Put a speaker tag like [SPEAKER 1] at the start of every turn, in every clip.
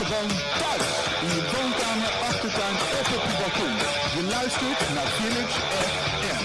[SPEAKER 1] gewoon thuis. In je woonkamer, achtertuin of op je balkon. Je luistert naar Village FM.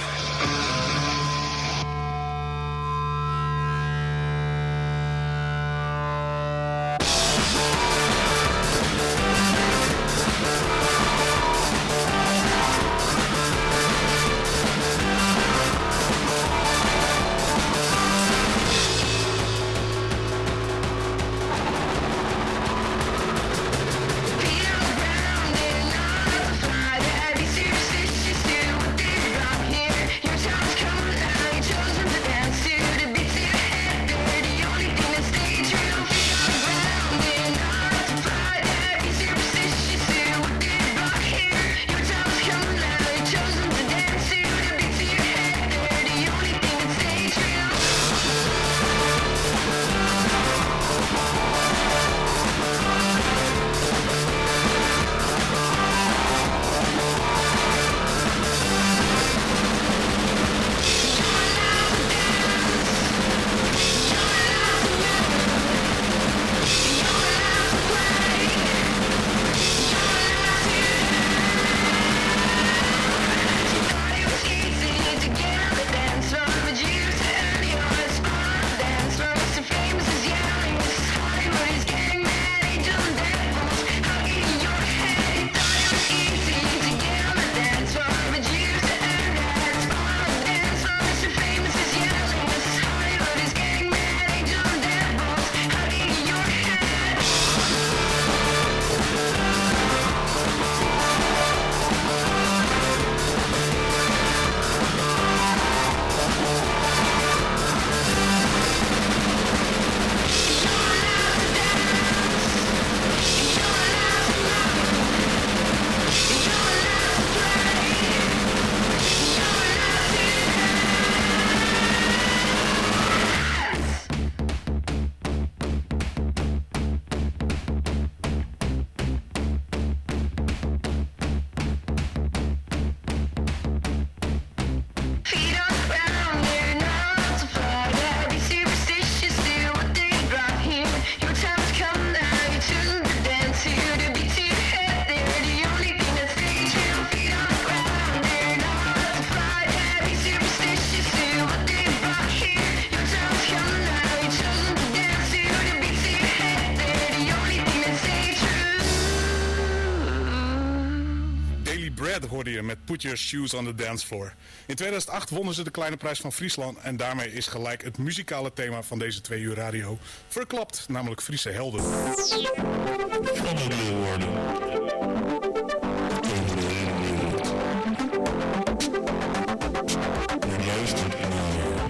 [SPEAKER 2] Hoorde je met Put Your Shoes on the Dance Floor. In 2008 wonnen ze de Kleine Prijs van Friesland en daarmee is gelijk het muzikale thema van deze 2 uur radio verklapt, namelijk Friese helden. Van de Leeuwarden. Over de hele wereld. Je luistert naar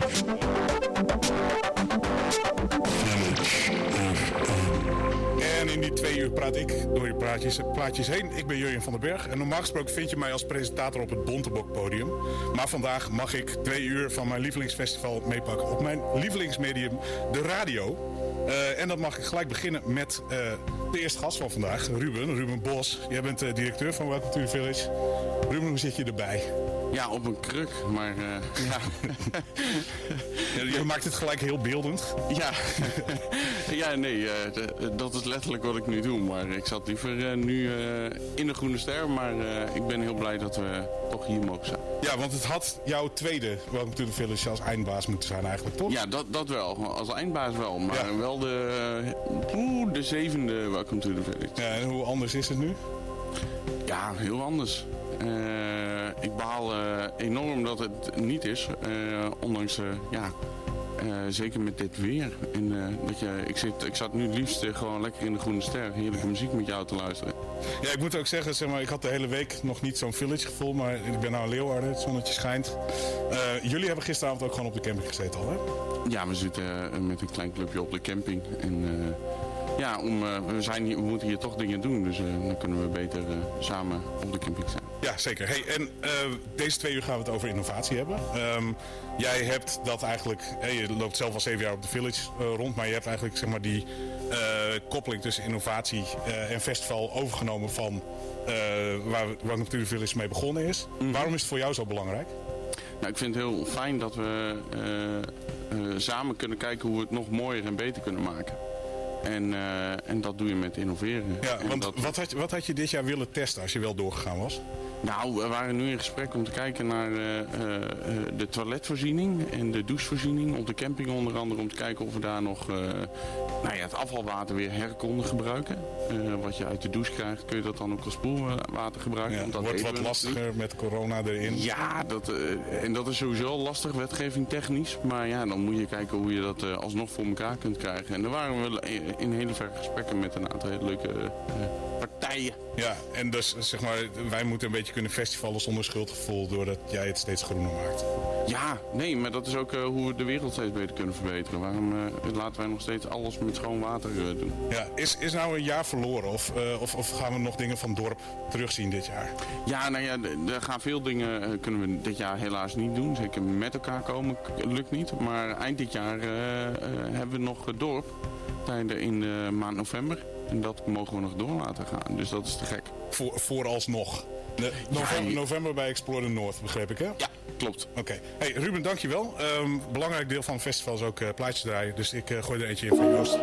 [SPEAKER 2] En in die 2 uur praat ik door je plaatjes heen. Ik ben Jurjen van den Berg en normaal gesproken vind je mij als presentator op het Bontebok podium. Maar vandaag mag ik 2 uur van mijn lievelingsfestival meepakken op mijn lievelingsmedium, de radio. En dat mag ik gelijk beginnen met de eerste gast van vandaag, Ruben Bos. Jij bent directeur van Welcome to the Village. Ruben, hoe zit je erbij?
[SPEAKER 3] Ja, op een kruk, maar ja.
[SPEAKER 2] Je maakt het gelijk heel beeldend.
[SPEAKER 3] Ja, ja nee, dat is letterlijk wat ik nu doe. Maar ik zat liever nu in de Groene Ster, maar ik ben heel blij dat we toch hier mogen zijn.
[SPEAKER 2] Ja, want het had jouw tweede Welcome to the Village als eindbaas moeten zijn eigenlijk, toch?
[SPEAKER 3] Ja, dat wel. Als eindbaas wel, maar wel de 7e Welcome to the Village.
[SPEAKER 2] Ja, en hoe anders is het nu?
[SPEAKER 3] Ja, heel anders. Ik baal enorm dat het niet is, ondanks, zeker met dit weer. En, ik zat nu het liefst gewoon lekker in de Groene Ster, heerlijke muziek met jou te luisteren.
[SPEAKER 2] Ja, ik moet ook zeggen, zeg maar, ik had de hele week nog niet zo'n Village gevoel, maar ik ben nou in Leeuwarden, het zonnetje schijnt. Jullie hebben gisteravond ook gewoon op de camping gezeten al, hè?
[SPEAKER 3] Ja, we zitten met een klein clubje op de camping. En we moeten hier toch dingen doen, dus dan kunnen we beter samen op de camping zijn.
[SPEAKER 2] Ja, zeker. Hey, en deze 2 uur gaan we het over innovatie hebben. Jij hebt dat eigenlijk, je loopt zelf al 7 jaar op de Village rond, maar je hebt eigenlijk zeg maar die koppeling tussen innovatie en festival overgenomen van waar Welcome to the Village mee begonnen is. Mm-hmm. Waarom is het voor jou zo belangrijk?
[SPEAKER 3] Nou, ik vind het heel fijn dat we samen kunnen kijken hoe we het nog mooier en beter kunnen maken. En dat doe je met innoveren.
[SPEAKER 2] Ja, want wat had je dit jaar willen testen als je wel doorgegaan was?
[SPEAKER 3] Nou, we waren nu in gesprek om te kijken naar de toiletvoorziening en de douchevoorziening op de camping onder andere. Om te kijken of we daar nog het afvalwater weer konden gebruiken. Wat je uit de douche krijgt, kun je dat dan ook als spoelwater gebruiken.
[SPEAKER 2] Ja, dat wordt wat lastiger met corona erin. Ja,
[SPEAKER 3] dat is sowieso al lastig, wetgeving technisch. Maar ja, dan moet je kijken hoe je dat alsnog voor elkaar kunt krijgen. En daar waren we in hele verre gesprekken met een aantal hele leuke partijen.
[SPEAKER 2] Ja, en dus zeg maar, wij moeten een beetje kunnen festivalen zonder schuldgevoel doordat jij het steeds groener maakt.
[SPEAKER 3] Ja, nee, maar dat is ook hoe we de wereld steeds beter kunnen verbeteren. Waarom laten wij nog steeds alles met schoon water doen?
[SPEAKER 2] Ja, is nou een jaar verloren of gaan we nog dingen van het dorp terugzien dit jaar?
[SPEAKER 3] Ja, nou ja, er gaan veel dingen kunnen we dit jaar helaas niet doen. Zeker met elkaar komen lukt niet. Maar eind dit jaar hebben we nog het dorp in de maand november. En dat mogen we nog door laten gaan. Dus dat is te gek.
[SPEAKER 2] Vooralsnog. November bij Explore North, begreep ik, hè?
[SPEAKER 3] Ja, klopt.
[SPEAKER 2] Oké. Hey, Ruben, dankjewel. Belangrijk deel van het festival is ook plaatjes draaien. Dus ik gooi er eentje in voor Joost.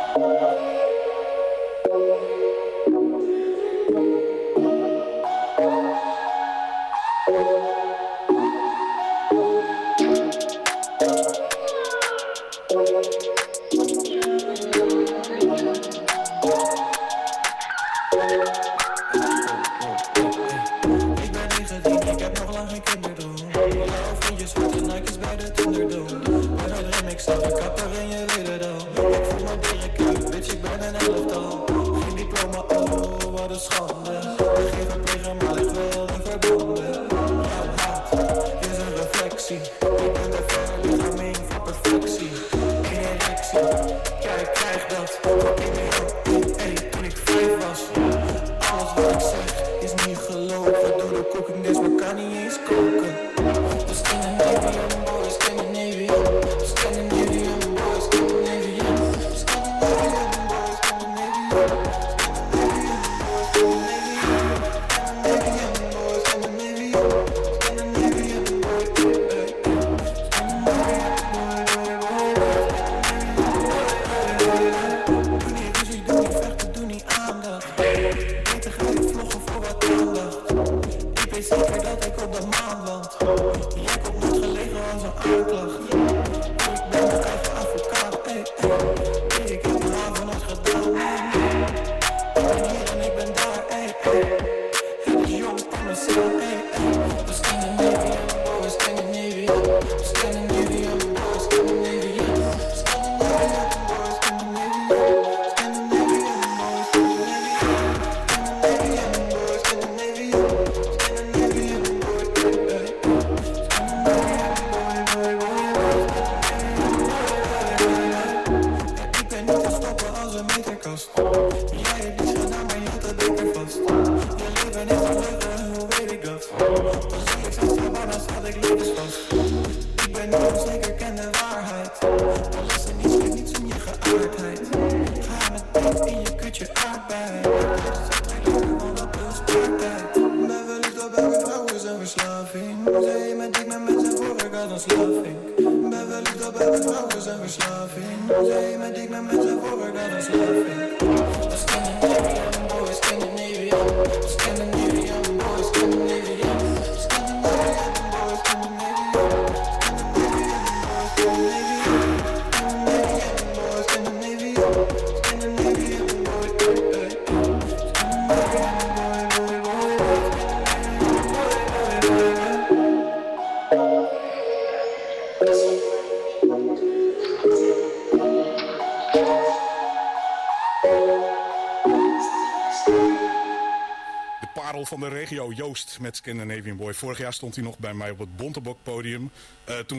[SPEAKER 2] Van de regio, Joost met Scandinavian Boy. Vorig jaar stond hij nog bij mij op het Bontebok podium. Toen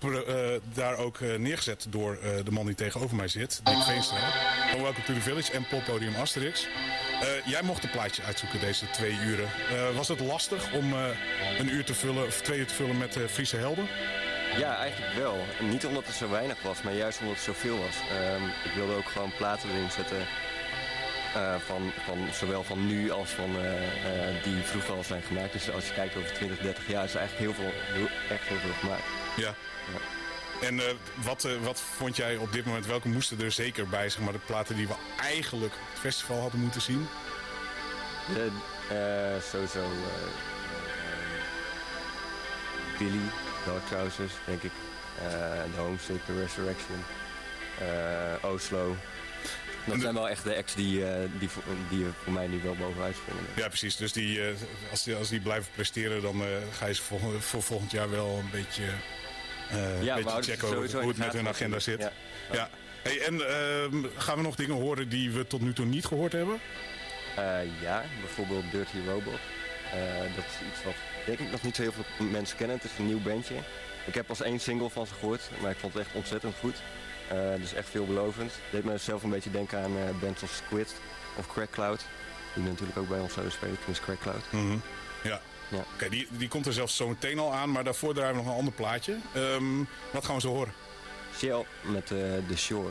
[SPEAKER 2] daar ook neergezet door de man die tegenover mij zit, Dick Veenstra. Van Welcome to the Village en poppodium Asterix. Jij mocht een plaatje uitzoeken deze 2 uren. Was het lastig om een uur te vullen of 2 uur te vullen met Friese helden?
[SPEAKER 4] Ja, eigenlijk wel. Niet omdat het zo weinig was, maar juist omdat het zoveel was. Ik wilde ook gewoon platen erin zetten. Zowel van nu als van die vroeger al zijn gemaakt. Dus als je kijkt over 20, 30 jaar is er eigenlijk echt heel veel gemaakt.
[SPEAKER 2] Ja. En wat vond jij op dit moment, welke moesten er zeker bij, zeg maar, de platen die we eigenlijk op het festival hadden moeten zien?
[SPEAKER 4] Sowieso Billy, Dark Trousers, denk ik. The Homesick, The Resurrection, Oslo. Dat zijn wel echt de acts die voor mij nu wel bovenuit springen.
[SPEAKER 2] Ja, precies. Dus als die blijven presteren, dan ga je ze voor volgend jaar wel een beetje, checken hoe het met hun agenda zit. Ja. Hey, en gaan we nog dingen horen die we tot nu toe niet gehoord hebben?
[SPEAKER 4] Ja, bijvoorbeeld Dirty Robot. Dat is iets wat denk ik nog niet zo heel veel mensen kennen. Het is een nieuw bandje. Ik heb pas 1 single van ze gehoord, maar ik vond het echt ontzettend goed. Dus echt veelbelovend. Deed me zelf een beetje denken aan bands als Squid of Crack Cloud. Die natuurlijk ook bij ons zouden spelen, tenminste Crack Cloud.
[SPEAKER 2] Mm-hmm. Ja. Oké, die komt er zelfs zo meteen al aan, maar daarvoor draaien we nog een ander plaatje. Wat gaan we zo horen?
[SPEAKER 4] Shell met The Shore.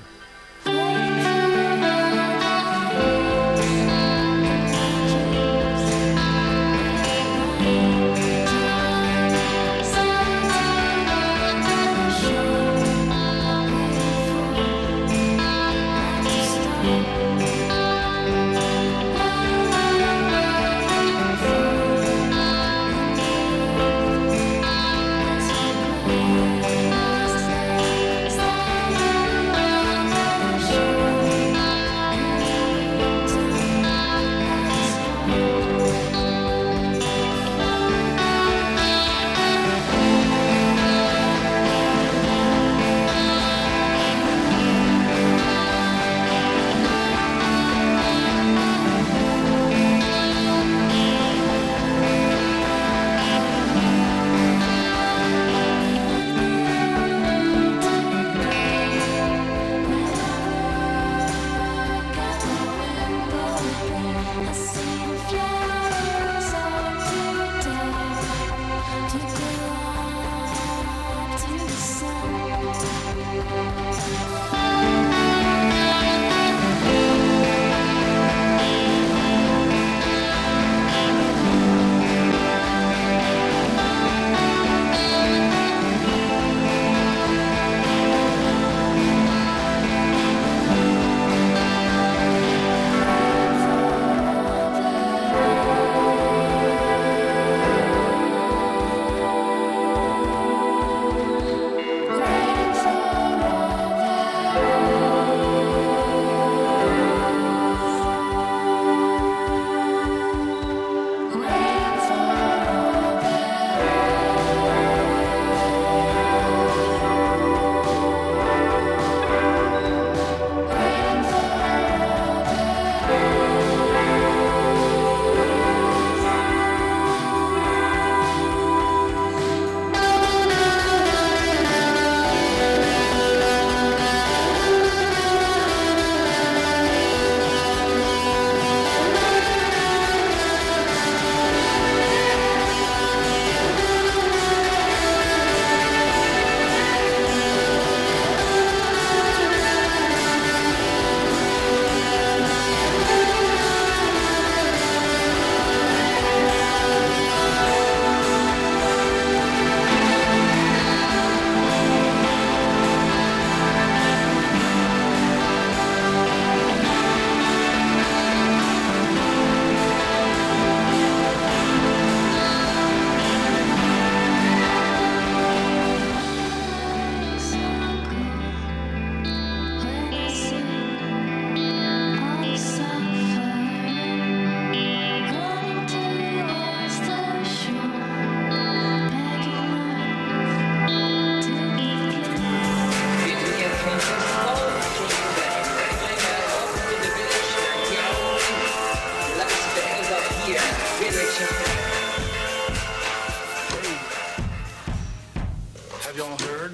[SPEAKER 5] Have y'all heard?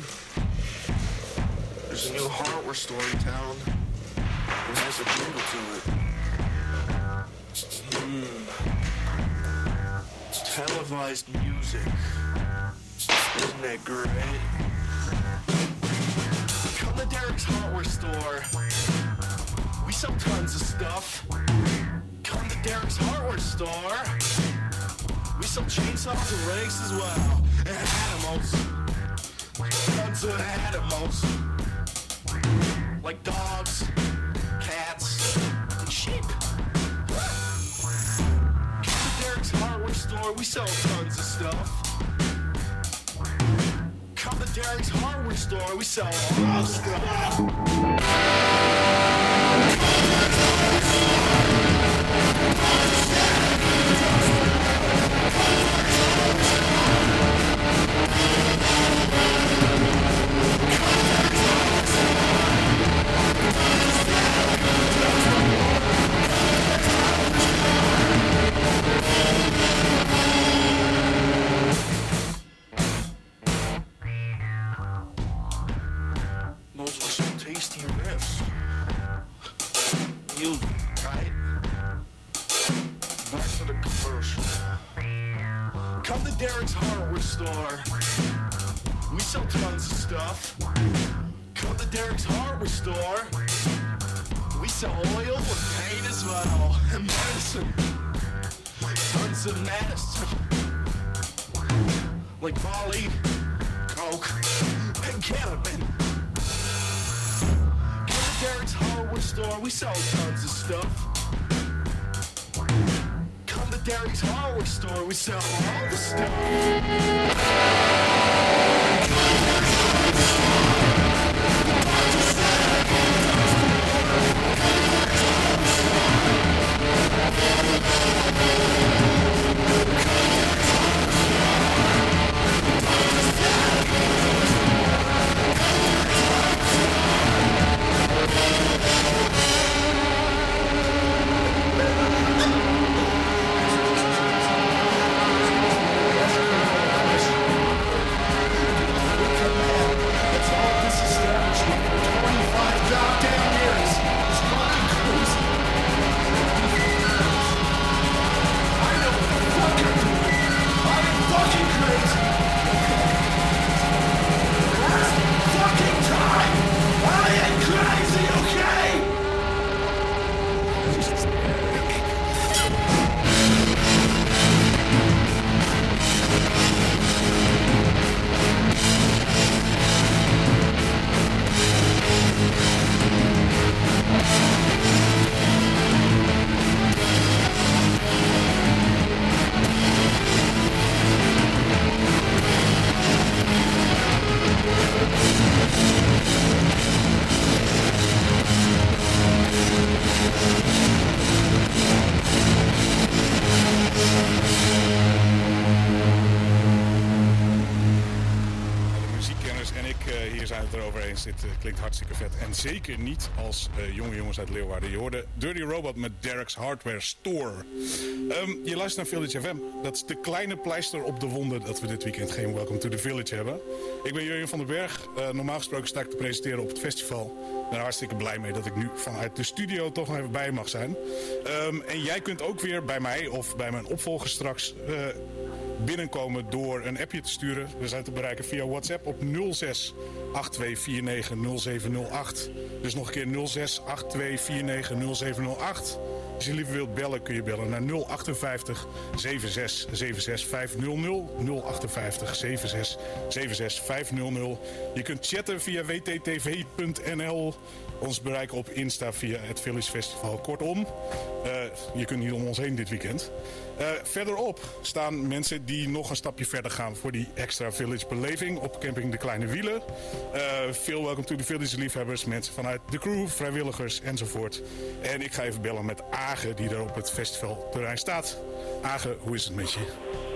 [SPEAKER 5] There's a new hardware store in town. It has a jingle to it. Televised music. Isn't that great? Come to Derek's hardware store. We sell tons of stuff. Come to Derek's hardware store. We sell chainsaws and rakes as well. And animals. tons of animals, like dogs, cats, and sheep. Come to Derek's hardware store, we sell tons of stuff. Come to Derek's hardware store, we sell all stuff. Those were some tasty riffs. You right? Back to the commercial. Come to Derek's hardware store. We sell tons of stuff. Come to Derek's hardware store. We sell oil and paint as well. And medicine. Tons of medicine. Like Molly, Coke, and ketamine. Come to Derek's hardware store. We sell tons of stuff. Come to Derek's hardware store. We sell all the stuff.
[SPEAKER 2] Dit klinkt hartstikke vet. En zeker niet als jonge jongens uit Leeuwarden. Je hoorde Dirty Robot met Derek's Hardware Store. Je luistert naar Village FM. Dat is de kleine pleister op de wonden dat we dit weekend geen Welcome to the Village hebben. Ik ben Jurjen van den Berg. Normaal gesproken sta ik te presenteren op het festival. Ik ben er hartstikke blij mee dat ik nu vanuit de studio toch nog even bij je mag zijn. En jij kunt ook weer bij mij of bij mijn opvolger straks binnenkomen door een appje te sturen. We zijn te bereiken via WhatsApp op 06 8249 0708. Dus nog een keer 06 8249 0708. Als je liever wilt bellen, kun je bellen naar 058 76 76 500. 058 76 76 500. Je kunt chatten via wttv.nl. Ons bereiken op Insta via het Village Festival. Kortom, je kunt niet om ons heen dit weekend. Verderop staan mensen die nog een stapje verder gaan voor die extra Village beleving op camping De Kleine Wielen. Veel Welcome to the Village liefhebbers, mensen vanuit de crew, vrijwilligers enzovoort. En ik ga even bellen met Age die er op het festivalterrein staat. Age, hoe is het met je?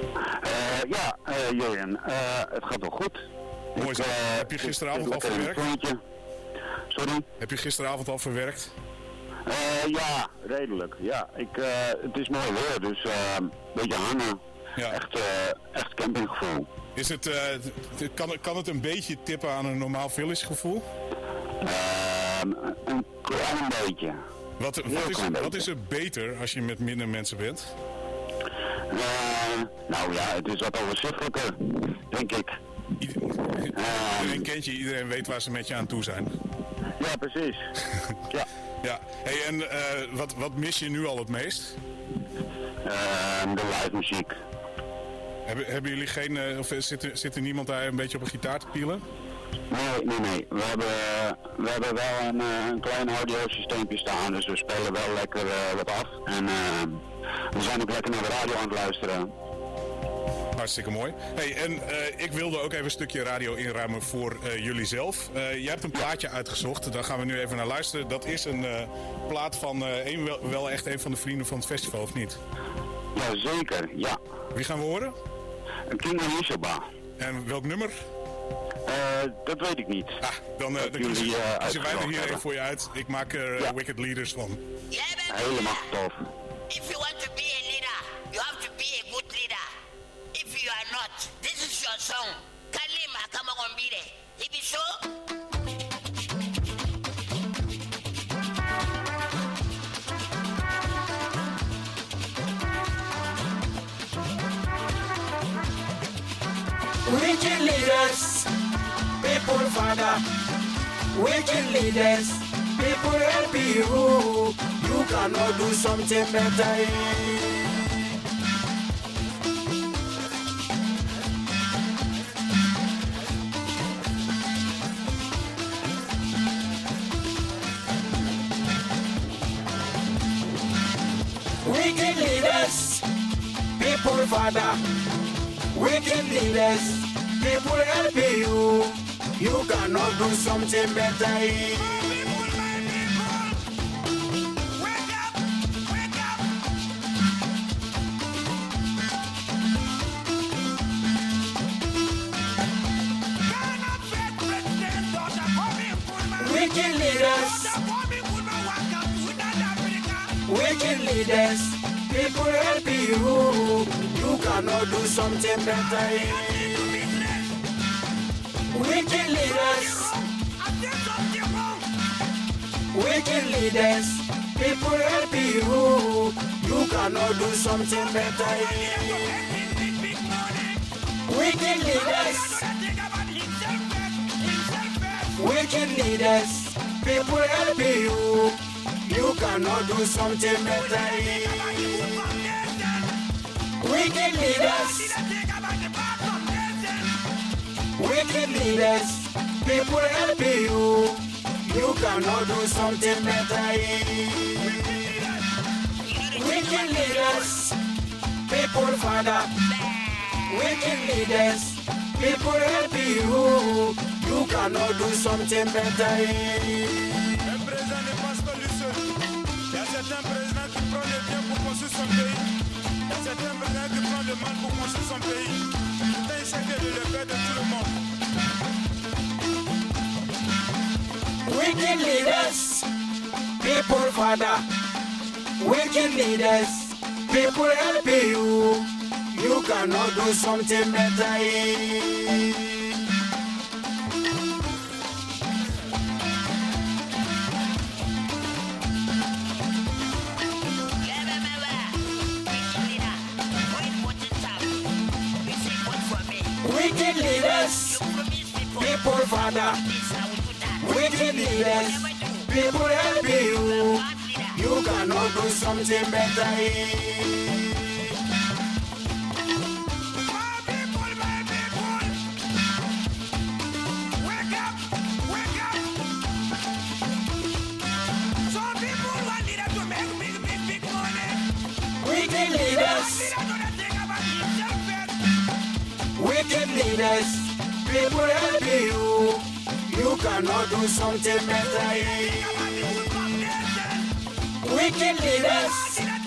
[SPEAKER 6] Jurjen, het gaat wel goed.
[SPEAKER 2] Mooi zo. Heb je gisteravond al verwerkt?
[SPEAKER 6] Sorry?
[SPEAKER 2] Heb je gisteravond al verwerkt?
[SPEAKER 6] Ja, redelijk. Ja, het is mooi weer, dus een beetje hangen.
[SPEAKER 2] Ja.
[SPEAKER 6] Echt campinggevoel.
[SPEAKER 2] Is het, kan het een beetje tippen aan een normaal village gevoel?
[SPEAKER 6] Een klein beetje.
[SPEAKER 2] Wat is er beter als je met minder mensen bent?
[SPEAKER 6] Nou ja, het is wat overzichtelijker, denk ik.
[SPEAKER 2] Iedereen kent je, iedereen weet waar ze met je aan toe zijn.
[SPEAKER 6] Ja, precies. Ja.
[SPEAKER 2] Ja. Hey, en wat mis je nu al het meest?
[SPEAKER 6] De live muziek.
[SPEAKER 2] Hebben jullie geen, of zit er niemand daar een beetje op een gitaar te pielen?
[SPEAKER 6] Nee. We hebben wel een klein audiosysteempje staan, dus we spelen wel lekker wat af. En we zijn ook lekker naar de radio aan het luisteren.
[SPEAKER 2] Hartstikke mooi. Hey, en ik wilde ook even een stukje radio inruimen voor jullie zelf. Jij hebt een plaatje uitgezocht, daar gaan we nu even naar luisteren. Dat is een plaat van wel echt een van de vrienden van het festival, of niet?
[SPEAKER 6] Jazeker, ja.
[SPEAKER 2] Wie gaan we horen?
[SPEAKER 6] King Anisaba.
[SPEAKER 2] En welk nummer?
[SPEAKER 6] Dat weet ik niet.
[SPEAKER 2] Dan kiezen wij er hier even voor je uit. Ik maak er Wicked Leaders van.
[SPEAKER 6] Helemaal tof.
[SPEAKER 7] If you want to be a leader, you have to be a good leader. If you are not, this is your song. Kalima Kamagombire. If you so.
[SPEAKER 8] Wicked leaders, people father. Wicked leaders, people help you. You cannot do something better. Wicked leaders, people father. Wicked leaders, people help you. You cannot do something better. Wicked leaders, wicked leaders, people help you. You cannot do something better. Wicked leaders, wicked leaders, people help you. You cannot do something better. Wicked leaders, wicked leaders, people help you. You cannot do something better. Wicked leaders, wicked leaders, people help you. You cannot do something better. Wicked leaders, people father. Wicked leaders, people help you. You cannot do something better.
[SPEAKER 5] Un président ne passe pas lui seul. Il y a certains présidents qui prennent le bien pour construire son pays. Il y a certains présidents qui prennent le mal pour construire son pays. Pourtant, il s'agit de le faire de tout le monde.
[SPEAKER 8] Wicked leaders, people father. Wicked leaders, people help you. You cannot do something better. Wicked leaders, people father. Wicked leaders, people help you. You cannot do something better. Wicked leaders, wicked leaders, people help you. You cannot do something better. Wicked leaders,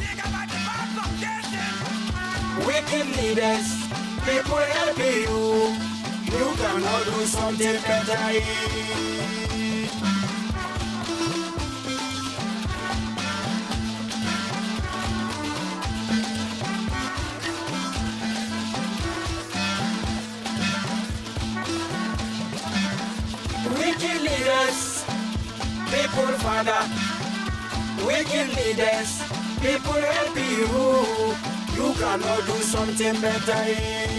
[SPEAKER 8] wicked leaders, people help you. You cannot do something better. Wicked leaders, people father. Wicked leaders, people help you. You cannot do something better.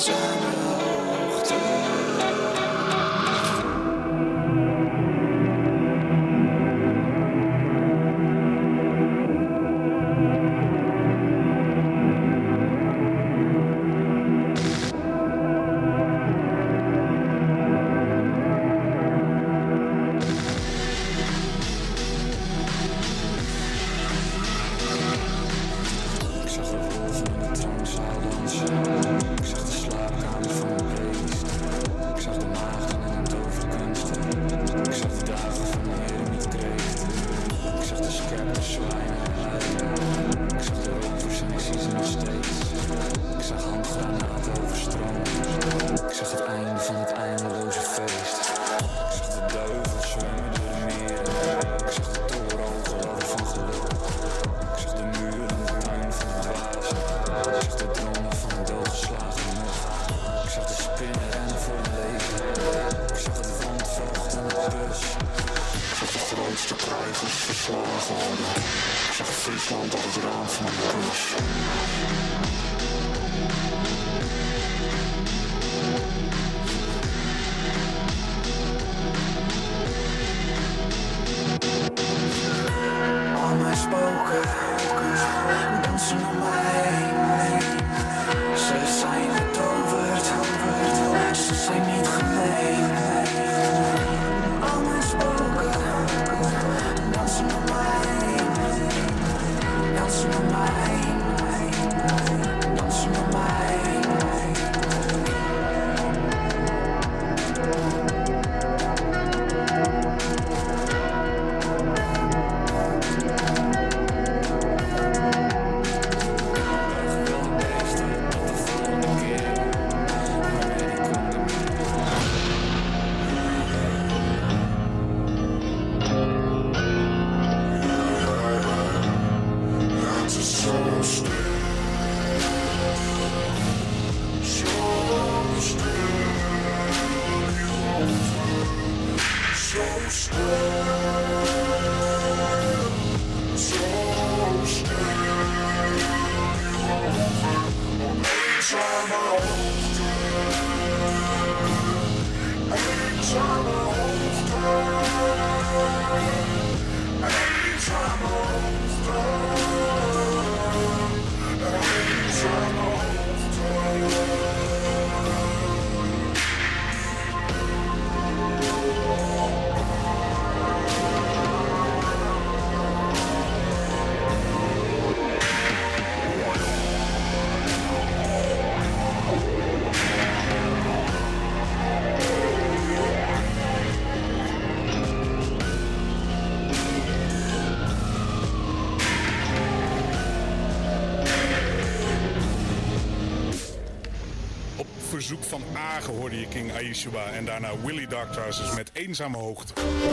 [SPEAKER 2] Verzoek van Agen hoorde je King Aishuba en daarna Willie Dark Trousers met Eenzame Hoogte.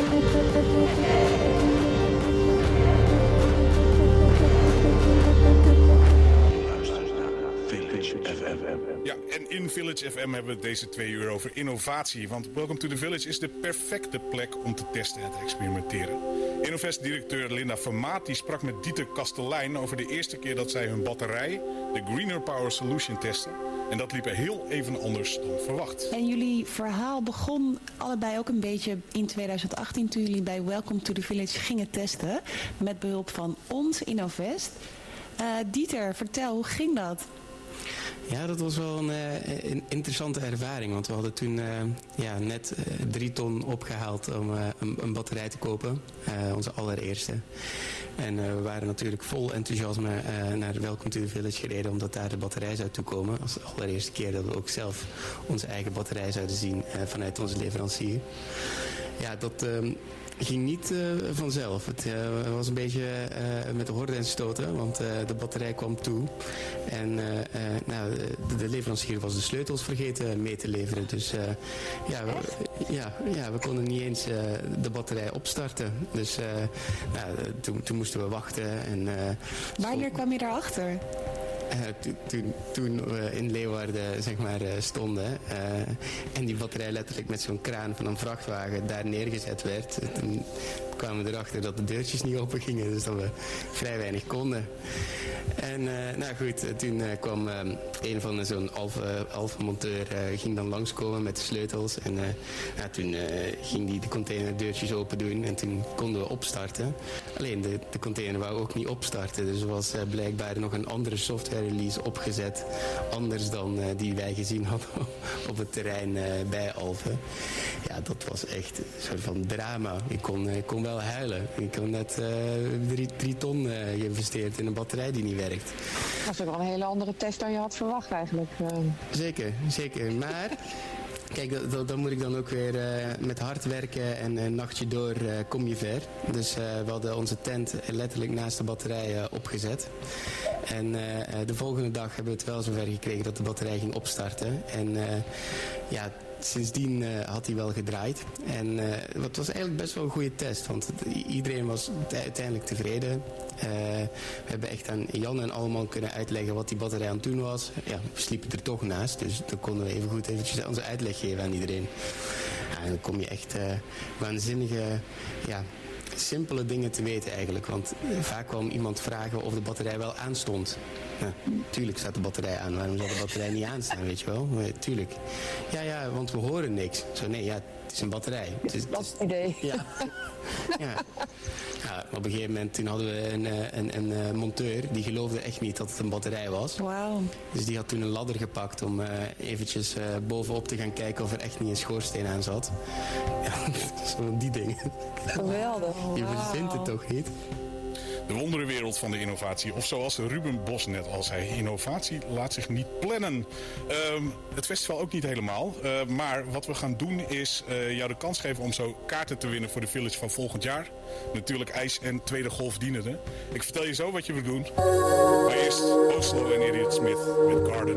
[SPEAKER 2] Ja, en in Village FM hebben we het deze 2 uur over innovatie. Want Welcome to the Village is de perfecte plek om te testen en te experimenteren. Innovest-directeur Linda Vermaat die sprak met Dieter Kastelein over de eerste keer dat zij hun batterij, de Greener Power Solution, testen. En dat liep er heel even anders dan verwacht.
[SPEAKER 9] En jullie verhaal begon allebei ook een beetje in 2018... toen jullie bij Welcome to the Village gingen testen met behulp van ons Innovest. Dieter, vertel, hoe ging dat?
[SPEAKER 10] Ja, dat was wel een interessante ervaring. Want we hadden toen net 3 ton opgehaald om een batterij te kopen. Onze allereerste. En we waren natuurlijk vol enthousiasme naar Welcome to the Village gereden. Omdat daar de batterij zou toekomen. Als de allereerste keer dat we ook zelf onze eigen batterij zouden zien vanuit onze leverancier. Ja, dat ging niet vanzelf. Het was een beetje met de horden en stoten, want de batterij kwam toe. En de leverancier was de sleutels vergeten mee te leveren. Dus we konden niet eens de batterij opstarten. Dus toen moesten we wachten. En,
[SPEAKER 9] wanneer kwam je daarachter?
[SPEAKER 10] Toen we in Leeuwarden stonden en die batterij letterlijk met zo'n kraan van een vrachtwagen daar neergezet werd, toen kwamen we erachter dat de deurtjes niet open gingen. Dus dat we vrij weinig konden. En nou goed, toen kwam een van zo'n Alfa-monteur ging dan langskomen met de sleutels. En toen ging die de containerdeurtjes open doen en toen konden we opstarten. Alleen de container wou ook niet opstarten. Dus er was blijkbaar nog een andere software release opgezet. Anders dan die wij gezien hadden op het terrein bij Alfa. Ja, dat was echt een soort van drama. Ik kon wel huilen. Ik had net 3 ton geïnvesteerd in een batterij die niet werkt.
[SPEAKER 11] Dat is ook wel een hele andere test dan je had verwacht eigenlijk.
[SPEAKER 10] Zeker. Maar kijk, dat moet ik dan ook weer met hard werken en een nachtje door kom je ver. Dus we hadden onze tent letterlijk naast de batterij opgezet. En de volgende dag hebben we het wel zover gekregen dat de batterij ging opstarten. En sindsdien had hij wel gedraaid. En het was eigenlijk best wel een goede test, want iedereen was uiteindelijk tevreden. We hebben echt aan Jan en allemaal kunnen uitleggen wat die batterij aan het doen was. Ja, we sliepen er toch naast, dus dan konden we even goed eventjes onze uitleg geven aan iedereen. Ja, en dan kom je echt waanzinnige, simpele dingen te weten eigenlijk. Want vaak kwam iemand vragen of de batterij wel aanstond. Ja, tuurlijk staat de batterij aan. Waarom zou de batterij niet aanstaan, weet je wel? Nee, tuurlijk. Ja, want we horen niks. Zo, nee, ja, het is een batterij.
[SPEAKER 11] Dat is het idee.
[SPEAKER 10] Ja. Op een gegeven moment toen hadden we een monteur die geloofde echt niet dat het een batterij was.
[SPEAKER 9] Wauw.
[SPEAKER 10] Dus die had toen een ladder gepakt om eventjes bovenop te gaan kijken of er echt niet een schoorsteen aan zat. Ja, zo die dingen.
[SPEAKER 11] Geweldig.
[SPEAKER 10] Je verzint het toch niet?
[SPEAKER 2] De wonderenwereld van de innovatie. Of zoals Ruben Bos net al zei, innovatie laat zich niet plannen. Het festival ook niet helemaal. Maar wat we gaan doen is jou de kans geven om zo kaarten te winnen voor de Village van volgend jaar. Natuurlijk ijs en tweede golf dienende. Ik vertel je zo wat je moet doen. Maar eerst Oslo en Idiot Smith met Garden.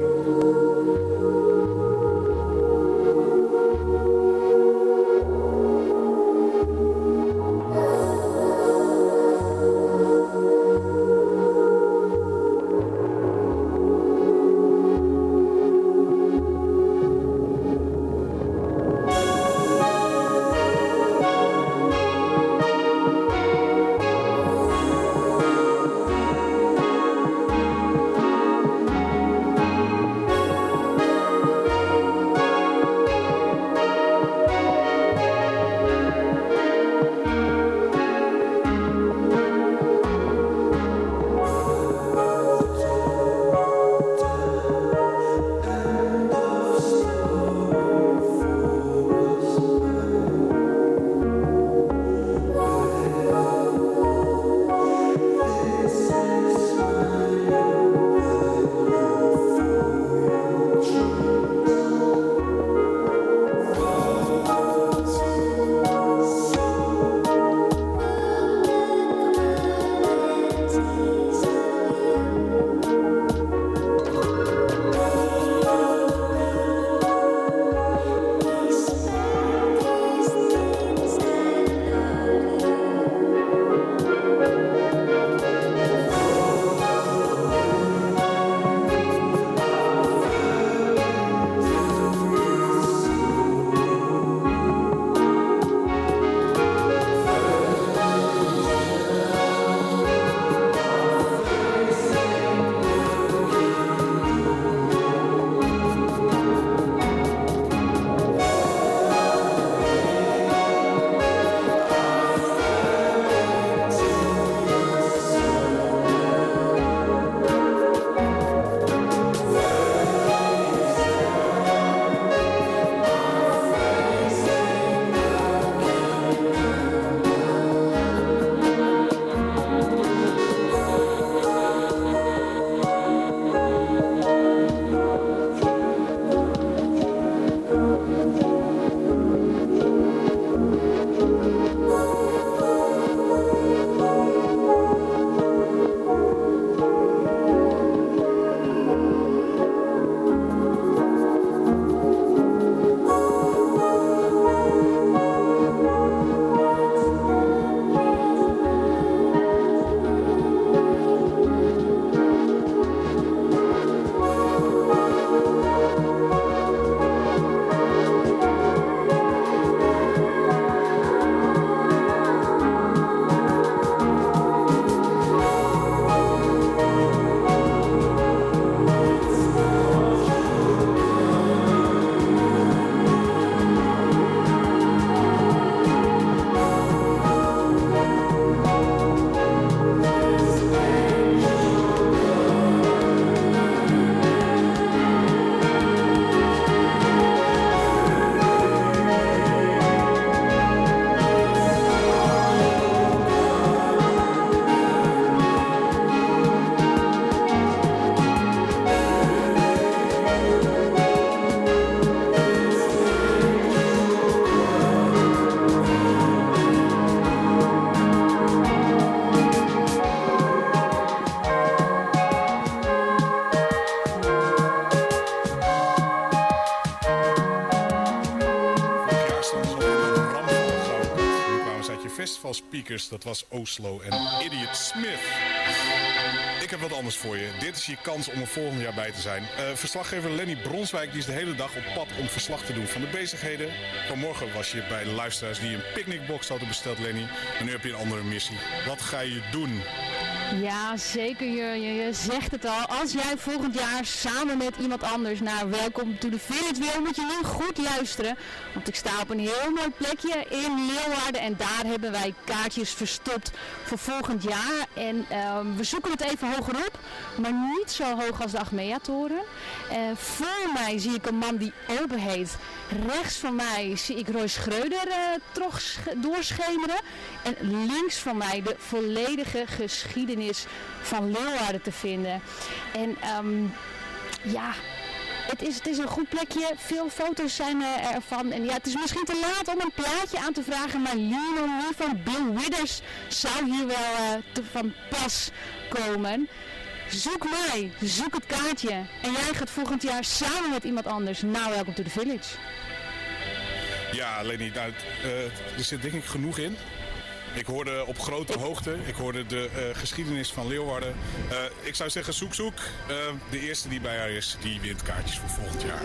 [SPEAKER 2] festivalspeakers, dat was Oslo en Idiot Smith. Ik heb wat anders voor je. Dit is je kans om er volgend jaar bij te zijn. Verslaggever Lenny Bronswijk die is de hele dag op pad om verslag te doen van de bezigheden. Vanmorgen was je bij de luisteraars die een picknickbox hadden besteld, Lenny. En nu heb je een andere missie. Wat ga je doen?
[SPEAKER 12] Ja, zeker Jurjen. Je zegt het al. Als jij volgend jaar samen met iemand anders naar Welcome to the Village wil, moet je nu goed luisteren. Want ik sta op een heel mooi plekje in Leeuwarden en daar hebben wij kaartjes verstopt voor volgend jaar. En we zoeken het even hoger op, maar niet zo hoog als de Achmea-toren. Voor mij zie ik een man die open heet. Rechts van mij zie ik Roy Schreuder doorschemeren. En links van mij de volledige geschiedenis van Leeuwarden te vinden. En ja, het is een goed plekje. Veel foto's zijn ervan. En ja, het is misschien te laat om een plaatje aan te vragen, maar Lionel Lee van Bill Withers zou hier wel van pas komen. Zoek mij, zoek het kaartje. En jij gaat volgend jaar samen met iemand anders naar Welcome to the Village.
[SPEAKER 2] Ja, Lenny, er zit denk ik genoeg in. Ik hoorde op grote hoogte, ik hoorde de geschiedenis van Leeuwarden. Ik zou zeggen, zoek. De eerste die bij haar is, die wint kaartjes voor volgend jaar.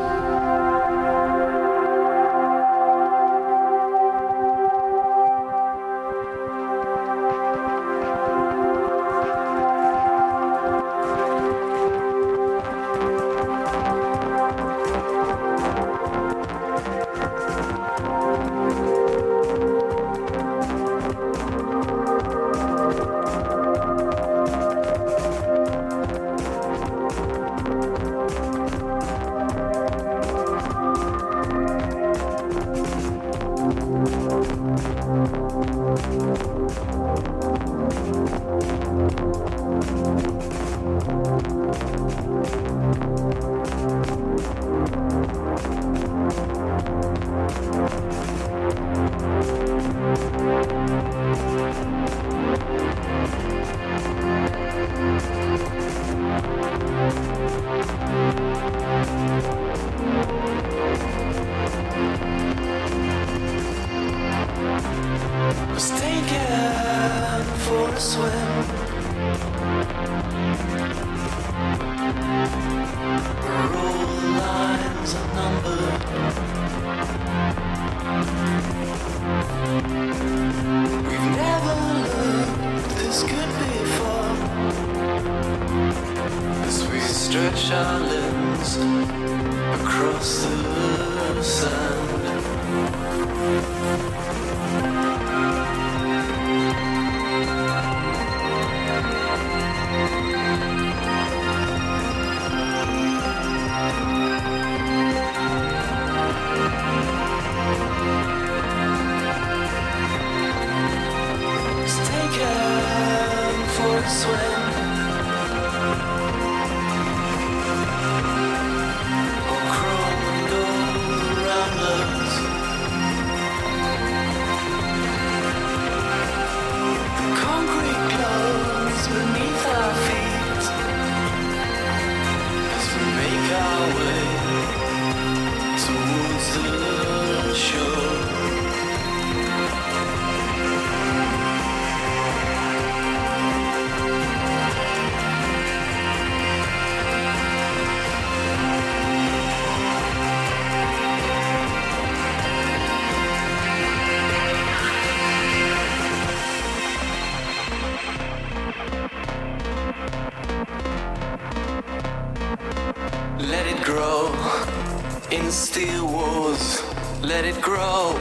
[SPEAKER 13] Steel walls, let it grow.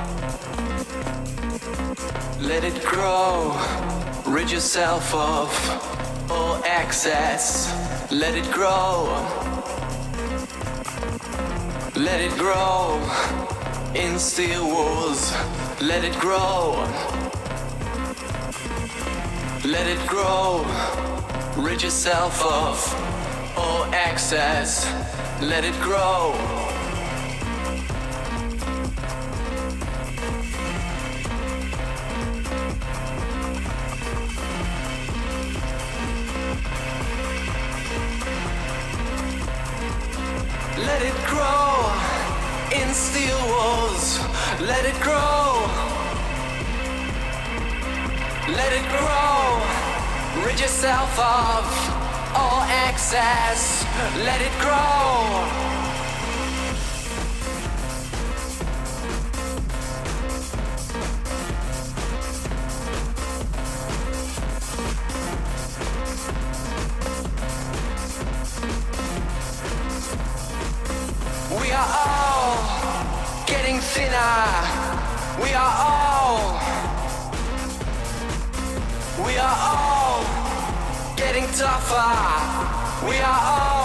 [SPEAKER 13] Let it grow. Rid yourself of all excess. Let it grow. Let it grow. In steel walls, let it grow. Let it grow. Rid yourself of all excess. Let it grow. Let it grow in steel walls. Let it grow. let it grow. Rid yourself of all excess, let it grow. We are all getting thinner. We are all getting tougher. We are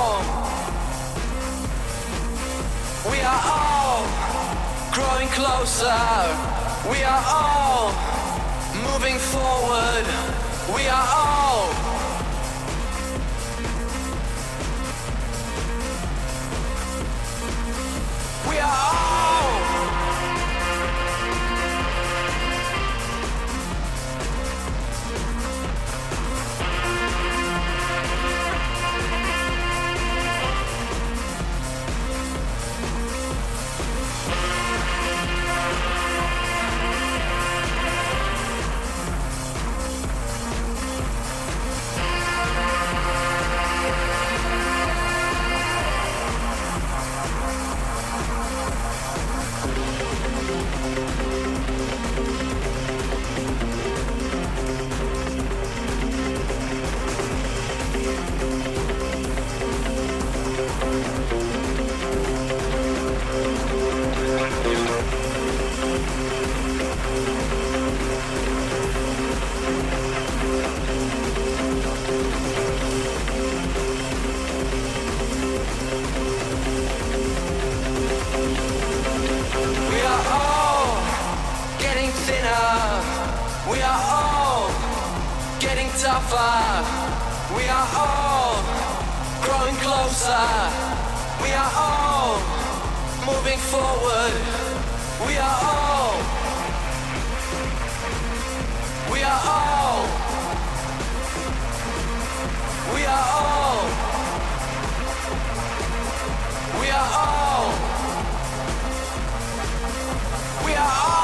[SPEAKER 13] all growing closer. We are all moving forward. We are all tougher. We are all growing closer. We are all moving forward. We are all we are all we are all we are all we are all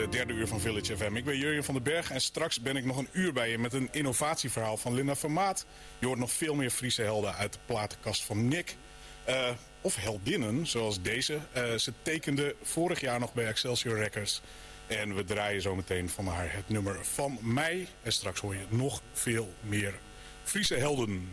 [SPEAKER 2] het derde uur van Village FM. Ik ben Jurjen van den Berg en straks ben ik nog een uur bij je met een innovatieverhaal van Linda Vermaat. Je hoort nog veel meer Friese helden uit de platenkast van Nick. Of heldinnen, zoals deze. Ze tekende vorig jaar nog bij Excelsior Records. En we draaien zometeen van haar het nummer Van Mij. En straks hoor je nog veel meer Friese helden.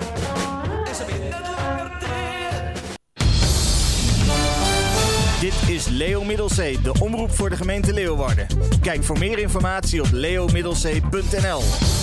[SPEAKER 14] Dit is is Leo Middelzee, de omroep voor de gemeente Leeuwarden. Kijk voor meer informatie op leomiddelzee.nl.